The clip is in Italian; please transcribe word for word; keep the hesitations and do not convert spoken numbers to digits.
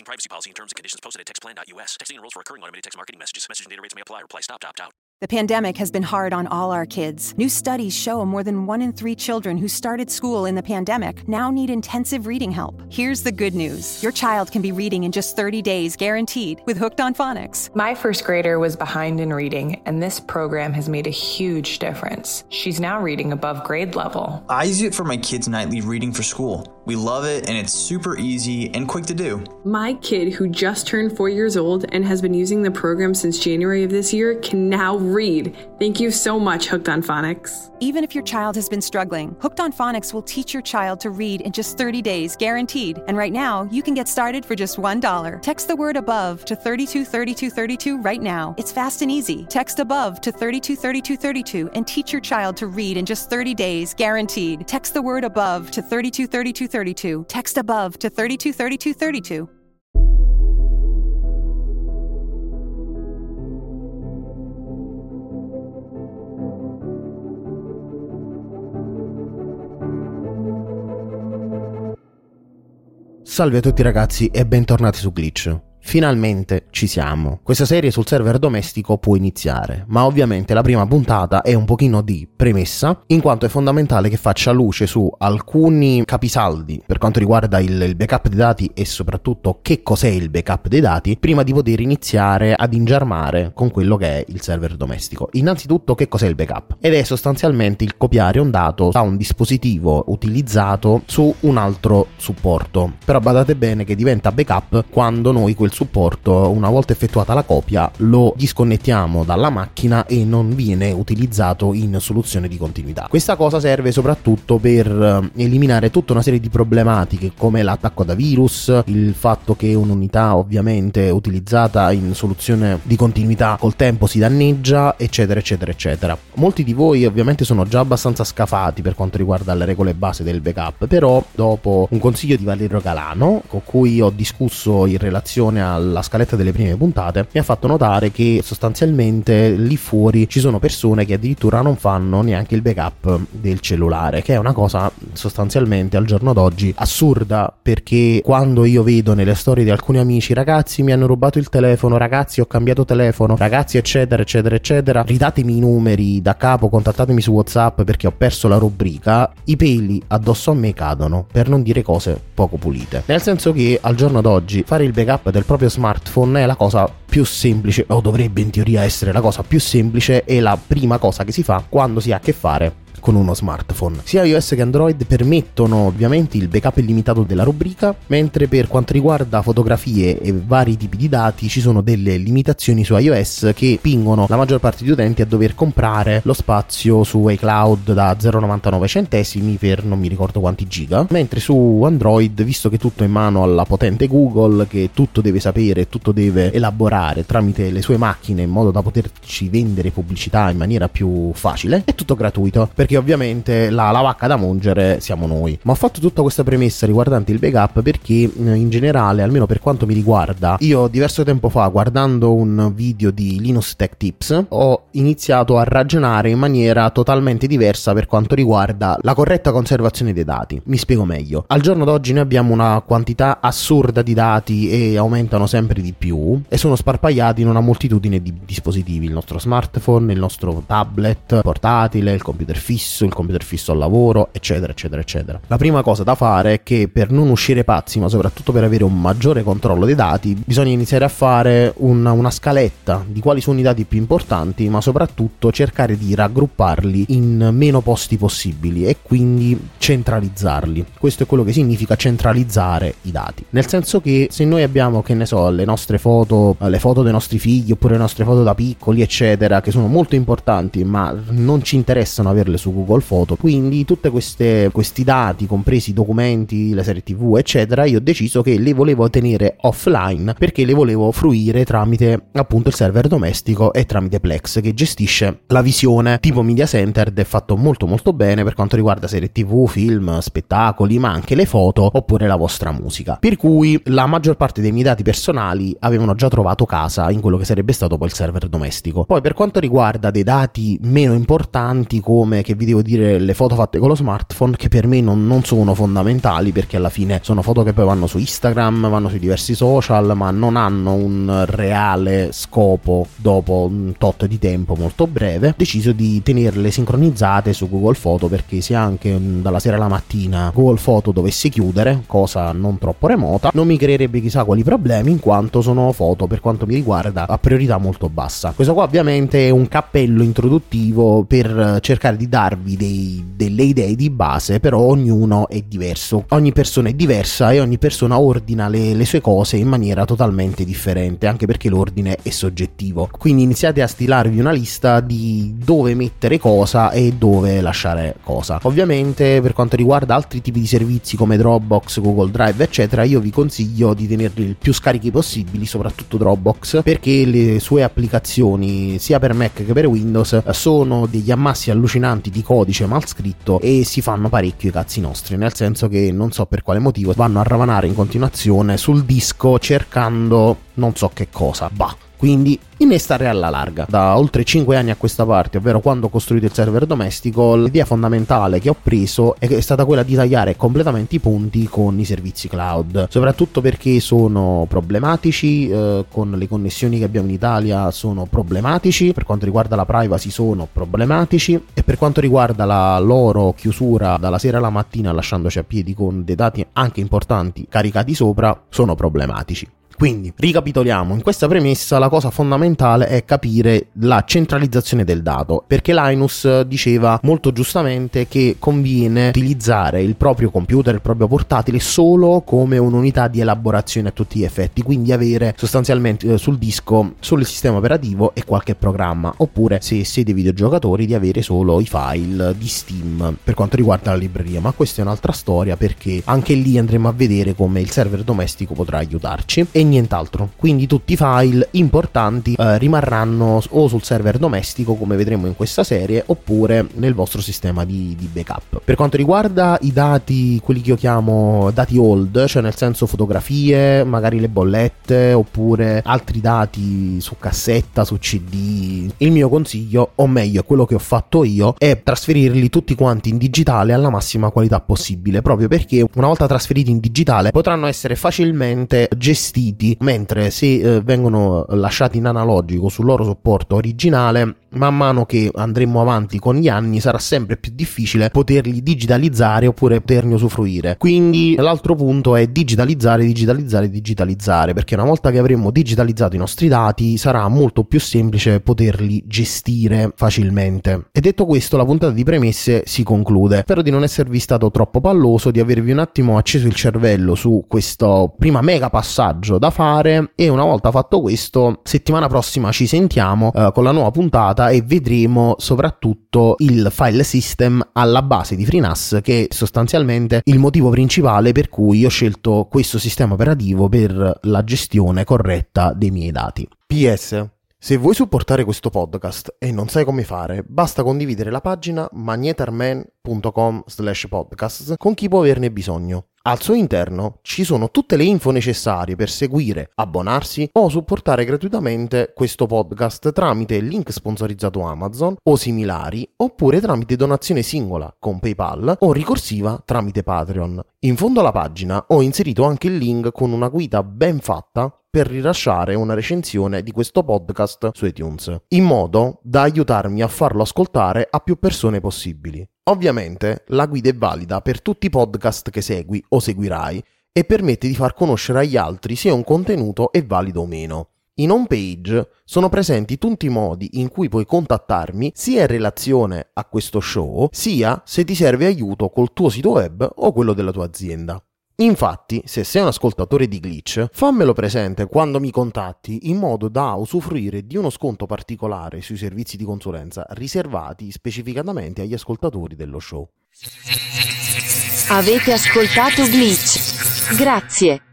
privacy policy and terms and conditions posted at text plan dot U S. Texting enrolls for recurring automated text marketing messages. Message and data rates may apply. Reply stop to opt out. The pandemic has been hard on all our kids. New studies show more than one in three children who started school in the pandemic now need intensive reading help. Here's the good news. Your child can be reading in just thirty days, guaranteed, with Hooked on Phonics. My first grader was behind in reading, and this program has made a huge difference. She's now reading above grade level. I use it for my kids' nightly reading for school. We love it, and it's super easy and quick to do. My kid, who just turned four years old and has been using the program since January of this year, can now read. Thank you so much, Hooked on Phonics. Even if your child has been struggling, Hooked on Phonics will teach your child to read in just thirty days, guaranteed. And right now, you can get started for just one dollar. Text the word ABOVE to thirty-two thirty-two thirty-two right now. It's fast and easy. Text ABOVE to thirty-two thirty-two thirty-two and teach your child to read in just thirty days, guaranteed. Text the word ABOVE to thirty-two thirty-two thirty-two. Text ABOVE to thirty-two thirty-two thirty-two. Salve a tutti ragazzi e bentornati su Glitch. Finalmente ci siamo. Questa serie sul server domestico può iniziare, ma ovviamente la prima puntata è un pochino di premessa, in quanto è fondamentale che faccia luce su alcuni capisaldi per quanto riguarda il, il backup dei dati e soprattutto che cos'è il backup dei dati, prima di poter iniziare ad ingiarmare con quello che è il server domestico. Innanzitutto, che cos'è il backup? Ed è sostanzialmente il copiare un dato da un dispositivo utilizzato su un altro supporto, però badate bene che diventa backup quando noi quel supporto, una volta effettuata la copia, lo disconnettiamo dalla macchina e non viene utilizzato in soluzione di continuità. Questa cosa serve soprattutto per eliminare tutta una serie di problematiche come l'attacco da virus, il fatto che un'unità ovviamente utilizzata in soluzione di continuità col tempo si danneggia, eccetera eccetera eccetera. Molti di voi ovviamente sono già abbastanza scafati per quanto riguarda le regole base del backup, però dopo un consiglio di Valerio Galano con cui ho discusso in relazione alla scaletta delle prime puntate, mi ha fatto notare che sostanzialmente lì fuori ci sono persone che addirittura non fanno neanche il backup del cellulare, che è una cosa sostanzialmente al giorno d'oggi assurda, perché quando io vedo nelle storie di alcuni amici ragazzi mi hanno rubato il telefono, ragazzi ho cambiato telefono, ragazzi eccetera eccetera eccetera, ridatemi i numeri da capo, contattatemi su WhatsApp perché ho perso la rubrica, i peli addosso a me cadono, per non dire cose poco pulite, nel senso che al giorno d'oggi fare il backup del proprio smartphone è la cosa più semplice, o dovrebbe in teoria essere la cosa più semplice e la prima cosa che si fa quando si ha a che fare con uno smartphone. Sia iOS che Android permettono ovviamente il backup illimitato della rubrica, mentre per quanto riguarda fotografie e vari tipi di dati ci sono delle limitazioni su iOS che spingono la maggior parte degli utenti a dover comprare lo spazio su iCloud da zero virgola novantanove centesimi per non mi ricordo quanti giga, mentre su Android, visto che tutto è in mano alla potente Google, che tutto deve sapere, tutto deve elaborare tramite le sue macchine in modo da poterci vendere pubblicità in maniera più facile, è tutto gratuito, perché ovviamente la, la vacca da mungere siamo noi. Ma ho fatto tutta questa premessa riguardante il backup perché in generale, almeno per quanto mi riguarda, io diverso tempo fa, guardando un video di Linus Tech Tips, ho iniziato a ragionare in maniera totalmente diversa per quanto riguarda la corretta conservazione dei dati. Mi spiego meglio. Al giorno d'oggi noi abbiamo una quantità assurda di dati e aumentano sempre di più e sono sparpagliati in una moltitudine di dispositivi: il nostro smartphone, il nostro tablet portatile, il computer fisso, il computer fisso al lavoro, eccetera eccetera eccetera. La prima cosa da fare è che per non uscire pazzi, ma soprattutto per avere un maggiore controllo dei dati, bisogna iniziare a fare una, una scaletta di quali sono i dati più importanti, ma soprattutto cercare di raggrupparli in meno posti possibili e quindi centralizzarli. Questo è quello che significa centralizzare i dati, nel senso che se noi abbiamo, che ne so, le nostre foto, le foto dei nostri figli oppure le nostre foto da piccoli eccetera, che sono molto importanti ma non ci interessano averle su Google Foto, quindi tutte queste questi dati, compresi i documenti, le serie tv eccetera, io ho deciso che le volevo tenere offline perché le volevo fruire tramite appunto il server domestico e tramite Plex, che gestisce la visione tipo media center ed è fatto molto molto bene per quanto riguarda serie tv, film, spettacoli, ma anche le foto oppure la vostra musica, per cui la maggior parte dei miei dati personali avevano già trovato casa in quello che sarebbe stato poi il server domestico. Poi per quanto riguarda dei dati meno importanti, come che vi devo dire le foto fatte con lo smartphone, che per me non, non sono fondamentali, perché alla fine sono foto che poi vanno su Instagram, vanno sui diversi social, ma non hanno un reale scopo dopo un tot di tempo molto breve. Ho deciso di tenerle sincronizzate su Google Foto, perché se anche dalla sera alla mattina Google Foto dovesse chiudere, cosa non troppo remota, non mi creerebbe chissà quali problemi, in quanto sono foto, per quanto mi riguarda, a priorità molto bassa. Questo qua ovviamente è un cappello introduttivo per cercare di darvi dei, delle idee di base, però ognuno è diverso, ogni persona è diversa e ogni persona ordina le, le sue cose in maniera totalmente differente, anche perché l'ordine è soggettivo. Quindi iniziate a stilarvi una lista di dove mettere cosa e dove lasciare cosa. Ovviamente per quanto riguarda altri tipi di servizi come Dropbox, Google Drive eccetera, io vi consiglio di tenerli il più scarichi possibili, soprattutto Dropbox, perché le sue applicazioni sia per Mac che per Windows sono degli ammassi allucinanti di codice mal scritto e si fanno parecchio i cazzi nostri, nel senso che non so per quale motivo vanno a ravanare in continuazione sul disco cercando non so che cosa. Bah, quindi innestare alla larga. Da oltre cinque anni a questa parte, ovvero quando ho costruito il server domestico, l'idea fondamentale che ho preso è stata quella di tagliare completamente i ponti con i servizi cloud, soprattutto perché sono problematici, eh, con le connessioni che abbiamo in Italia sono problematici, per quanto riguarda la privacy sono problematici, e per quanto riguarda la loro chiusura dalla sera alla mattina lasciandoci a piedi con dei dati anche importanti caricati sopra, sono problematici. Quindi, ricapitoliamo, in questa premessa la cosa fondamentale è capire la centralizzazione del dato, perché Linus diceva molto giustamente che conviene utilizzare il proprio computer, il proprio portatile, solo come un'unità di elaborazione a tutti gli effetti, quindi avere sostanzialmente sul disco solo il sistema operativo e qualche programma, oppure se siete videogiocatori di avere solo i file di Steam per quanto riguarda la libreria, ma questa è un'altra storia, perché anche lì andremo a vedere come il server domestico potrà aiutarci. E nient'altro, quindi tutti i file importanti eh, rimarranno o sul server domestico, come vedremo in questa serie, oppure nel vostro sistema di, di backup. Per quanto riguarda i dati, quelli che io chiamo dati old, cioè nel senso fotografie, magari le bollette, oppure altri dati su cassetta, su C D, il mio consiglio, o meglio quello che ho fatto io, è trasferirli tutti quanti in digitale alla massima qualità possibile, proprio perché una volta trasferiti in digitale potranno essere facilmente gestiti, mentre se eh, vengono lasciati in analogico sul loro supporto originale, man mano che andremo avanti con gli anni sarà sempre più difficile poterli digitalizzare oppure poterne usufruire. Quindi l'altro punto è digitalizzare, digitalizzare, digitalizzare, perché una volta che avremo digitalizzato i nostri dati sarà molto più semplice poterli gestire facilmente. E detto questo, la puntata di premesse si conclude. Spero di non esservi stato troppo palloso, di avervi un attimo acceso il cervello su questo prima mega passaggio da fare, e una volta fatto questo, settimana prossima ci sentiamo eh, con la nuova puntata e vedremo soprattutto il file system alla base di FreeNAS, che è sostanzialmente il motivo principale per cui ho scelto questo sistema operativo per la gestione corretta dei miei dati. P S: se vuoi supportare questo podcast e non sai come fare, basta condividere la pagina magnetarman punto com slash podcast con chi può averne bisogno. Al suo interno ci sono tutte le info necessarie per seguire, abbonarsi o supportare gratuitamente questo podcast tramite il link sponsorizzato Amazon o similari, oppure tramite donazione singola con PayPal o ricorsiva tramite Patreon. In fondo alla pagina ho inserito anche il link con una guida ben fatta per rilasciare una recensione di questo podcast su iTunes, in modo da aiutarmi a farlo ascoltare a più persone possibili. Ovviamente la guida è valida per tutti i podcast che segui o seguirai e permette di far conoscere agli altri se un contenuto è valido o meno. In home page sono presenti tutti i modi in cui puoi contattarmi, sia in relazione a questo show, sia se ti serve aiuto col tuo sito web o quello della tua azienda. Infatti, se sei un ascoltatore di Glitch, fammelo presente quando mi contatti, in modo da usufruire di uno sconto particolare sui servizi di consulenza riservati specificatamente agli ascoltatori dello show. Avete ascoltato Glitch? Grazie.